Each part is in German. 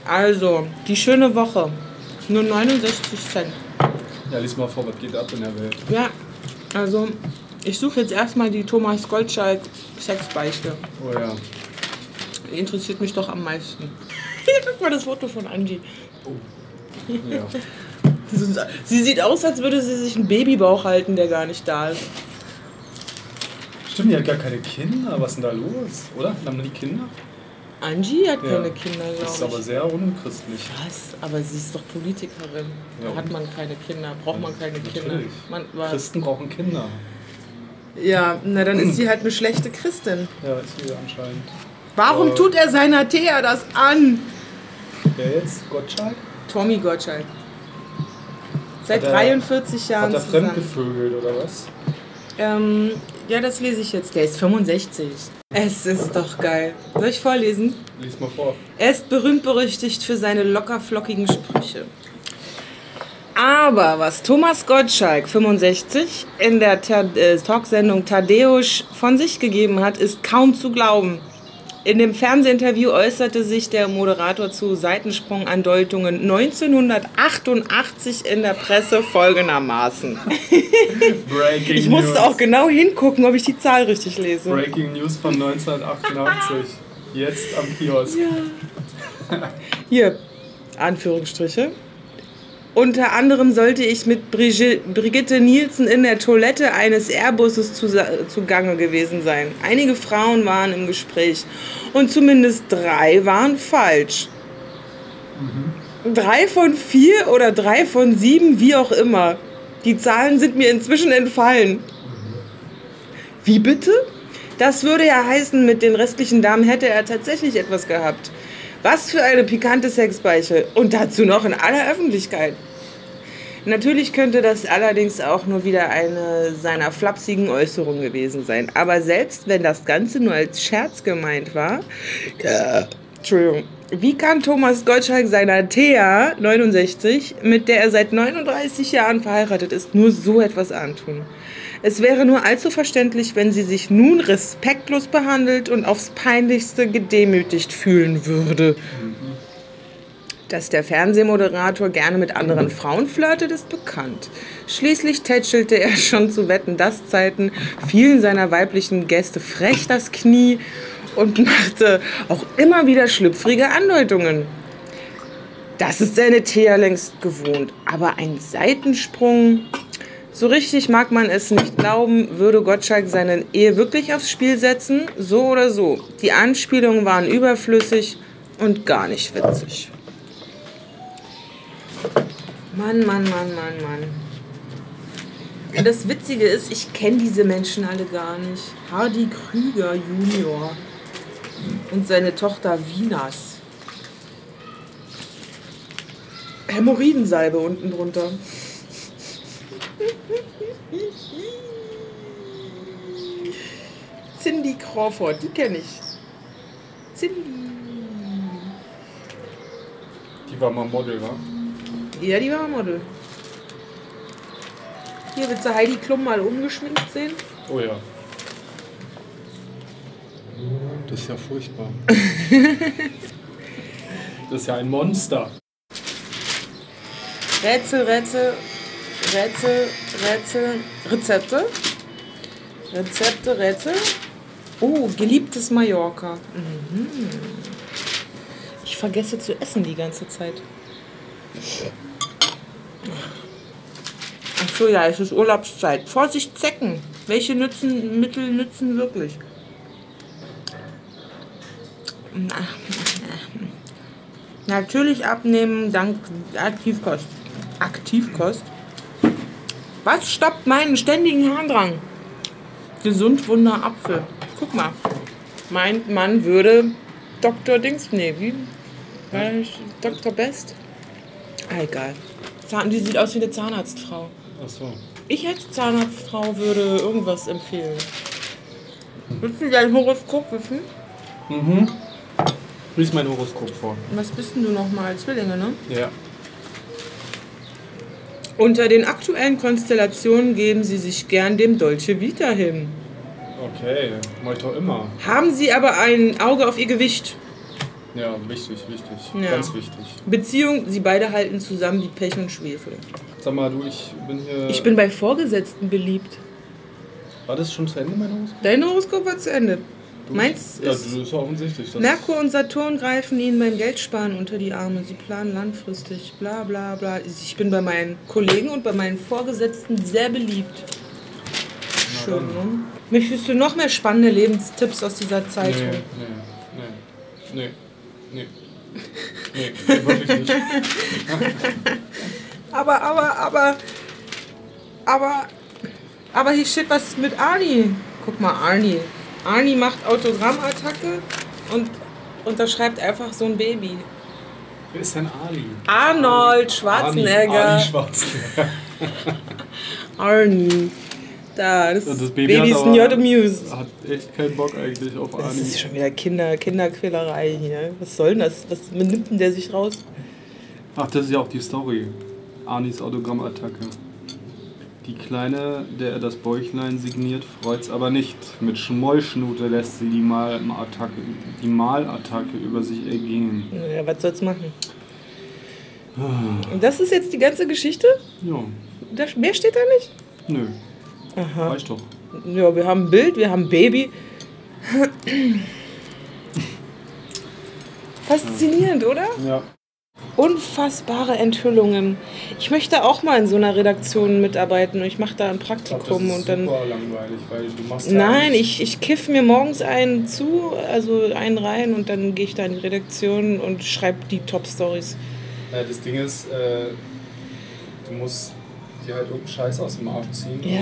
Also, die schöne Woche. Nur 69 Cent. Ja, lies mal vor, was geht ab in der Welt. Ja, also ich suche jetzt erstmal die Thomas Gottschalk Sexbeichte. Oh ja. Die interessiert mich doch am meisten. Hier, guck mal das Foto von Angie. Oh. Ja. Sie sieht aus, als würde sie sich einen Babybauch halten, der gar nicht da ist. Stimmt, die hat gar keine Kinder. Was ist denn da los? Oder? Haben die Kinder? Angie hat keine Kinder, glaube ich. Das ist aber sehr unchristlich. Was? Aber sie ist doch Politikerin. Ja, Da hat man keine Kinder, braucht man keine Kinder. Natürlich. Christen brauchen Kinder. Ja, na dann ist sie halt eine schlechte Christin. Ja, ist sie anscheinend. Warum tut er seiner Thea das an? Wer jetzt? Gottschalk? Tommy Gottschalk. Seit 43 Jahren Hat er zusammen. fremdgevögelt oder was? Ja, das lese ich jetzt. Der ist 65. Es ist doch geil. Soll ich vorlesen? Lies mal vor. Er ist berühmt-berüchtigt für seine lockerflockigen Sprüche. Aber was Thomas Gottschalk, 65, in der Talksendung Tadeusz von sich gegeben hat, ist kaum zu glauben. In dem Fernsehinterview äußerte sich der Moderator zu Seitensprung-Andeutungen 1988 in der Presse folgendermaßen. Breaking Ich musste News. auch genau hingucken, ob ich die Zahl richtig lese. Breaking News von 1988. Jetzt am Kiosk. Hier, Anführungsstriche. Unter anderem sollte ich mit Brigitte Nielsen in der Toilette eines Airbusses zugange gewesen sein. Einige Frauen waren im Gespräch und zumindest 3 waren falsch. 3 von 4 oder 3 von 7, wie auch immer. Die Zahlen sind mir inzwischen entfallen. Wie bitte? Das würde ja heißen, mit den restlichen Damen hätte er tatsächlich etwas gehabt. Was für eine pikante Sexbeiche. Und dazu noch in aller Öffentlichkeit. Natürlich könnte das allerdings auch nur wieder eine seiner flapsigen Äußerungen gewesen sein. Aber selbst wenn das Ganze nur als Scherz gemeint war... Entschuldigung. Wie kann Thomas Gottschalk seiner Thea, 69, mit der er seit 39 Jahren verheiratet ist, nur so etwas antun? Es wäre nur allzu verständlich, wenn sie sich nun respektlos behandelt und aufs Peinlichste gedemütigt fühlen würde. Dass der Fernsehmoderator gerne mit anderen Frauen flirtet, ist bekannt. Schließlich tätschelte er schon zu Wetten-dass-Zeiten vielen seiner weiblichen Gäste frech das Knie und machte auch immer wieder schlüpfrige Andeutungen. Das ist seine Thea längst gewohnt, aber ein Seitensprung... So richtig mag man es nicht glauben, würde Gottschalk seine Ehe wirklich aufs Spiel setzen, so oder so. Die Anspielungen waren überflüssig und gar nicht witzig. Mann. Und das Witzige ist, ich kenne diese Menschen alle gar nicht. Hardy Krüger Junior und seine Tochter Vinas. Hämorrhoidensalbe unten drunter. Cindy Crawford, die kenne ich. Cindy. Die war mal Model, wa? Ja, die war Model. Hier, willst du Heidi Klum mal ungeschminkt sehen? Oh ja. Das ist ja furchtbar. Das ist ja ein Monster. Rezepte. Oh, geliebtes Mallorca. Ich vergesse zu essen die ganze Zeit. Ach so, ja, es ist Urlaubszeit. Vorsicht, Zecken. Welche Mittel nützen wirklich? Natürlich abnehmen dank Aktivkost. Aktivkost? Was stoppt meinen ständigen Harndrang? Gesund Wunder Apfel. Guck mal. Meint man würde Dr. Dings, nee, wie? Dr. Best? Ah, egal. Die sieht aus wie eine Zahnarztfrau. Ach so. Ich als Zahnarztfrau würde irgendwas empfehlen. Willst du dein Horoskop wissen? Mhm. Lies mein Horoskop vor. Was bist denn du nochmal? Zwillinge, ne? Ja. Unter den aktuellen Konstellationen geben sie sich gern dem Dolce Vita hin. Okay, mach ich doch immer. Haben sie aber ein Auge auf ihr Gewicht. Ja, wichtig. Ja. Ganz wichtig. Beziehung, sie beide halten zusammen wie Pech und Schwefel. Sag mal, du, ich bin hier... Ich bin bei Vorgesetzten beliebt. War das schon zu Ende, mein Horoskop? Dein Horoskop war zu Ende. Meins Ja, das ist offensichtlich. Das Merkur und Saturn greifen ihnen beim Geldsparen unter die Arme. Sie planen langfristig, bla bla bla. Ich bin bei meinen Kollegen und bei meinen Vorgesetzten sehr beliebt. Schön, ne? Möchtest du noch mehr spannende Lebenstipps aus dieser Zeitung? Nee, wirklich nicht. Aber hier steht was mit Arnie. Guck mal, Arnie. Arnie macht Autogrammattacke und unterschreibt einfach so ein Baby. Wer ist denn Ali? Arnold Schwarzenegger. Arnie Schwarzenegger. Arnie. Das Baby is hat not amused. Hat echt keinen Bock eigentlich auf Arnie. Das ist schon wieder Kinderquälerei hier. Was soll denn das? Was nimmt denn der sich raus? Ach, das ist ja auch die Story. Arnis Autogrammattacke. Die Kleine, der er das Bäuchlein signiert, freut's aber nicht. Mit Schmollschnute lässt sie die Malattacke über sich ergehen. Ja, was soll's machen? Und das ist jetzt die ganze Geschichte? Ja. Mehr steht da nicht? Nö. Aha. Reicht doch. Ja, wir haben ein Bild, wir haben ein Baby. Faszinierend, oder? Ja. Unfassbare Enthüllungen. Ich möchte auch mal in so einer Redaktion mitarbeiten und ich mache da ein Praktikum das ist und dann. super langweilig, weil du machst Nein, ich kiff mir morgens einen rein und dann gehe ich da in die Redaktion und schreibe die Top-Stories. Ja, das Ding ist, du musst dir halt irgendeinen Scheiß aus dem Arsch ziehen. Ja.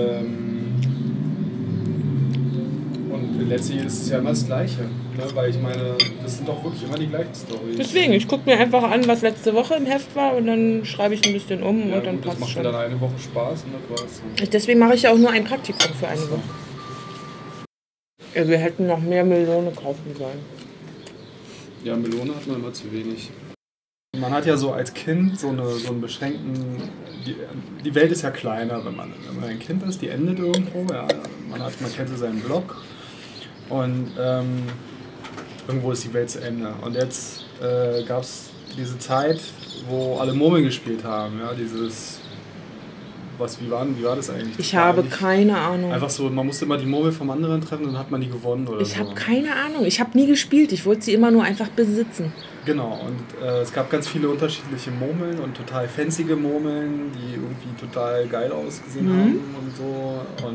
Und letztlich ist es ja immer das Gleiche. Ne? Weil ich meine, das sind doch wirklich immer die gleichen Storys. Deswegen, ich gucke mir einfach an, was letzte Woche im Heft war und dann schreibe ich ein bisschen um Ja, und dann gut, passt das schon. macht mir dann eine Woche Spaß und das war's. Deswegen mache ich ja auch nur ein Praktikum für eine Woche. Also wir hätten noch mehr Melone kaufen sollen. Ja, Melone hat man immer zu wenig. Man hat ja so als Kind so einen beschränkten... Die Welt ist ja kleiner, wenn man ein Kind ist, die endet irgendwo. Ja, man kennt so seinen Blog und irgendwo ist die Welt zu Ende. Und jetzt gab es diese Zeit, wo alle Murmeln gespielt haben. Ja, dieses... Wie war das eigentlich? Ich habe keine Ahnung. Einfach so, man musste immer die Murmel vom anderen treffen und dann hat man die gewonnen oder so. Ich habe keine Ahnung. Ich habe nie gespielt. Ich wollte sie immer nur einfach besitzen. Genau, und es gab ganz viele unterschiedliche Murmeln und total fancyge Murmeln, die irgendwie total geil ausgesehen haben und so.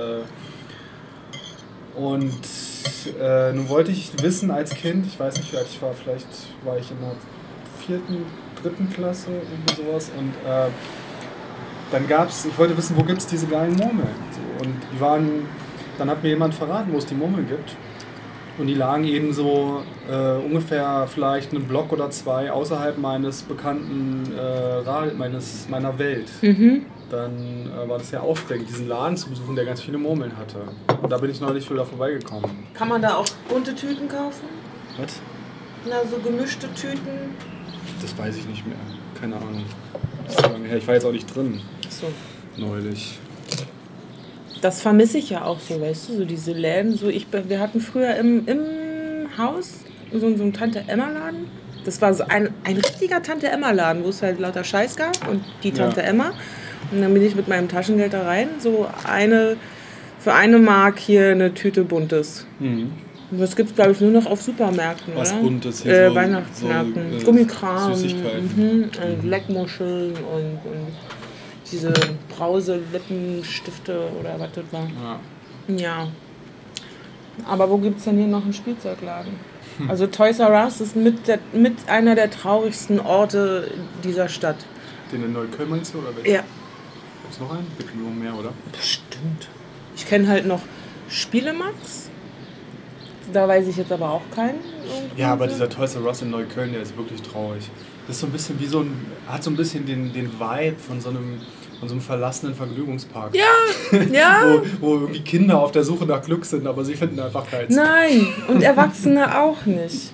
Und nun wollte ich wissen als Kind, ich weiß nicht, wie alt ich war, vielleicht war ich in der 4., 3. Klasse, irgendwie sowas. Und dann ich wollte wissen, wo gibt es diese geilen Murmeln? So, und dann hat mir jemand verraten, wo es die Murmeln gibt. Und die lagen eben so ungefähr vielleicht einen Block oder 2 außerhalb meines bekannten meiner Welt. Mhm. Dann war das sehr aufregend, diesen Laden zu besuchen, der ganz viele Murmeln hatte. Und da bin ich neulich wieder vorbeigekommen. Kann man da auch bunte Tüten kaufen? Was? Na, so gemischte Tüten. Das weiß ich nicht mehr. Keine Ahnung. Das ist so lange her. Ich war jetzt auch nicht drin. So. Neulich. Das vermisse ich ja auch so, weißt du, so diese Läden. So wir hatten früher im Haus so einen Tante-Emma-Laden. Das war so ein richtiger Tante-Emma-Laden, wo es halt lauter Scheiß gab und die Tante Emma. Und dann bin ich mit meinem Taschengeld da rein, so für 1 Mark hier eine Tüte Buntes. Mhm. Und das gibt es, glaube ich, nur noch auf Supermärkten, Was oder? Buntes hier, Weihnachtsmärkten, so, Gummikram, Süßigkeiten. Und Leckmuscheln und diese Brause-Lippenstifte oder was das war. Ja. Aber wo gibt es denn hier noch einen Spielzeugladen? Also Toys R Us ist mit einer der traurigsten Orte dieser Stadt. Den in Neukölln meinst du? Oder ja. Gibt es noch einen? Gibt noch mehr, oder? Bestimmt. Ich kenne halt noch Spielemax. Da weiß ich jetzt aber auch keinen. Ja, aber dieser Toys R Us in Neukölln, der ist wirklich traurig. Das ist so ein bisschen wie hat so ein bisschen den Vibe von so einem verlassenen Vergnügungspark. Ja. wo irgendwie Kinder auf der Suche nach Glück sind, aber sie finden einfach keins. Nein, und Erwachsene auch nicht.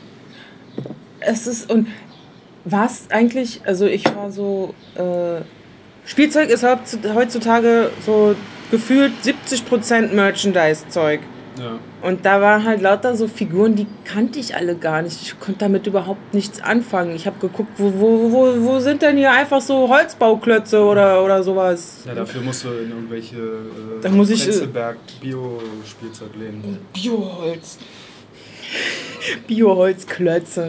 Was eigentlich, also ich war so, Spielzeug ist heutzutage so gefühlt 70% Merchandise-Zeug. Ja. Und da waren halt lauter so Figuren, die kannte ich alle gar nicht. Ich konnte damit überhaupt nichts anfangen. Ich habe geguckt, wo sind denn hier einfach so Holzbauklötze oder sowas. Ja, dafür musst du in irgendwelche Da muss ich Bio-Spielzeugläden. Bioholz. Bioholzklötze.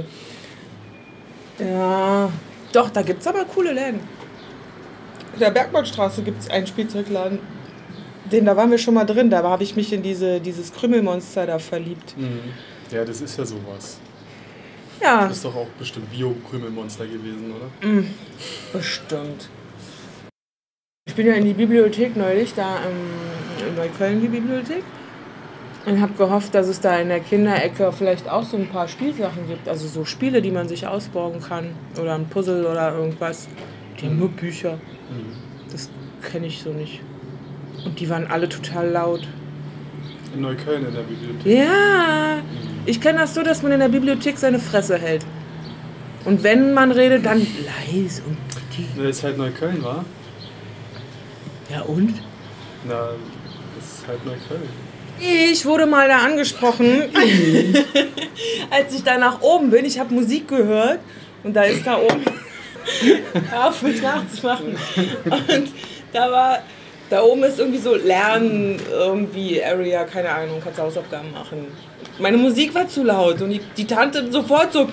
Ja, doch, da gibt's aber coole Läden. In der Bergmannstraße gibt's einen Spielzeugladen. Da waren wir schon mal drin. Da habe ich mich in dieses Krümelmonster da verliebt. Mhm. Ja, das ist ja sowas. Ja. Das ist doch auch bestimmt Bio-Krümelmonster gewesen, oder? Bestimmt. Ich bin ja in die Bibliothek neulich, da in Neukölln die Bibliothek. Und habe gehofft, dass es da in der Kinderecke vielleicht auch so ein paar Spielsachen gibt. Also so Spiele, die man sich ausborgen kann. Oder ein Puzzle oder irgendwas. Die haben nur Bücher. Das kenne ich so nicht. Und die waren alle total laut. In Neukölln in der Bibliothek? Ja, ich kenne das so, dass man in der Bibliothek seine Fresse hält. Und wenn man redet, dann leise und Na, ist halt Neukölln, wa? Ja und? Na, das ist halt Neukölln. Ich wurde mal da angesprochen, als ich da nach oben bin. Ich habe Musik gehört und da ist da oben... Hör auf, mich nachzumachen. Und da oben ist irgendwie so Lernen, irgendwie Area, keine Ahnung, kannst Hausaufgaben machen. Meine Musik war zu laut und die Tante sofort so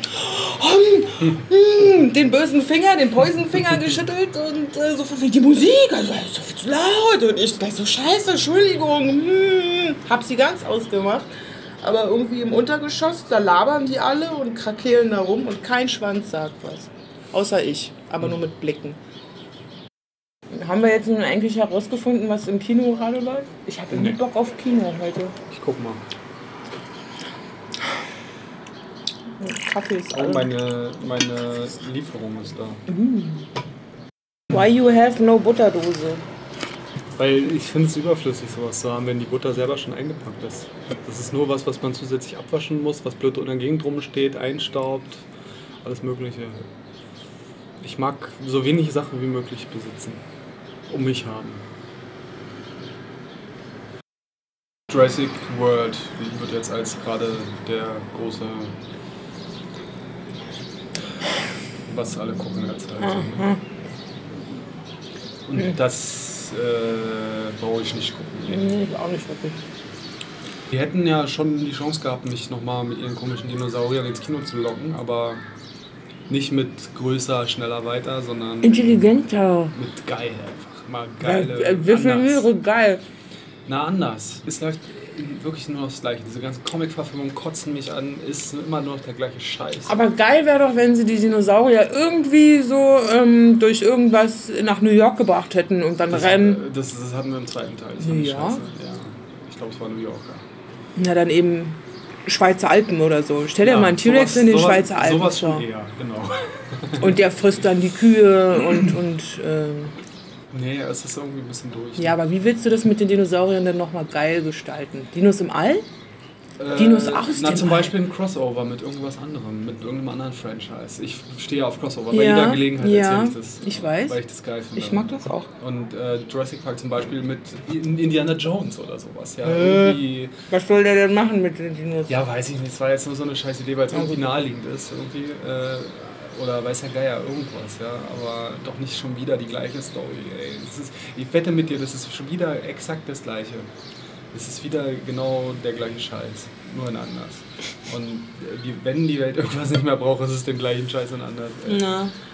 den bösen Finger, den Poison-Finger geschüttelt und so von die Musik, also ist so viel zu laut. Und ich gleich so, scheiße, Entschuldigung. Hab sie ganz ausgemacht. Aber irgendwie im Untergeschoss, da labern die alle und krakeelen da rum und kein Schwanz sagt was. Außer ich, aber nur mit Blicken. Haben wir jetzt nun eigentlich herausgefunden, was im Kino gerade läuft? Ich habe irgendwie Bock auf Kino heute. Ich guck mal. Kaffee ist Oh, meine Lieferung ist da. Why you have no Butterdose? Weil ich finde es überflüssig, sowas zu haben, wenn die Butter selber schon eingepackt ist. Das ist nur was man zusätzlich abwaschen muss, was blöd in der Gegend rumsteht, einstaubt, alles Mögliche. Ich mag so wenig Sachen wie möglich besitzen. Um mich haben. Jurassic World wird jetzt als gerade der große, was alle gucken als halt. Und das brauche ich nicht gucken. Nee, auch nicht wirklich. Die hätten ja schon die Chance gehabt, mich nochmal mit ihren komischen Dinosauriern ins Kino zu locken, aber nicht mit größer, schneller, weiter, sondern intelligenter. mit geil einfach. Mal geile, Definiere geil. Na, anders. Es läuft wirklich nur das Gleiche. Diese ganzen Comic-Verfilmungen kotzen mich an, ist immer nur noch der gleiche Scheiß. Aber geil wäre doch, wenn sie die Dinosaurier irgendwie so durch irgendwas nach New York gebracht hätten und dann rennen. Das hatten wir im zweiten Teil. Das fand ich Ja. scheiße. Ja. Ich glaube, es war New York. Na, dann eben Schweizer Alpen oder so. Stell dir mal einen T-Rex in den Schweizer Alpen sowas vor. schon eher, genau. Und der frisst dann die Kühe und Nee, es ist irgendwie ein bisschen durch. ja, aber wie willst du das mit den Dinosauriern denn nochmal geil gestalten? Dinos im All? Dinos aus Na, dem zum All. Beispiel ein Crossover mit irgendwas anderem, mit irgendeinem anderen Franchise. Ich stehe ja auf Crossover. Bei Ja, jeder Gelegenheit ja, erzähle ich das. ich weiß. Weil ich das geil finde. Ich mag das auch. Und Jurassic Park zum Beispiel mit Indiana Jones oder sowas. Ja, irgendwie, Was soll der denn machen mit den Dinos? ja, weiß ich nicht. Es war jetzt nur so eine scheiß Idee, weil es irgendwie naheliegend ist. Irgendwie, oder weiß der Geier, irgendwas. Ja, aber doch nicht schon wieder die gleiche Story. Ey. Ich wette mit dir, das ist schon wieder exakt das Gleiche. Es ist wieder genau der gleiche Scheiß, nur in anders. Und wenn die Welt irgendwas nicht mehr braucht, ist es den gleichen Scheiß in anders. Ey. Na,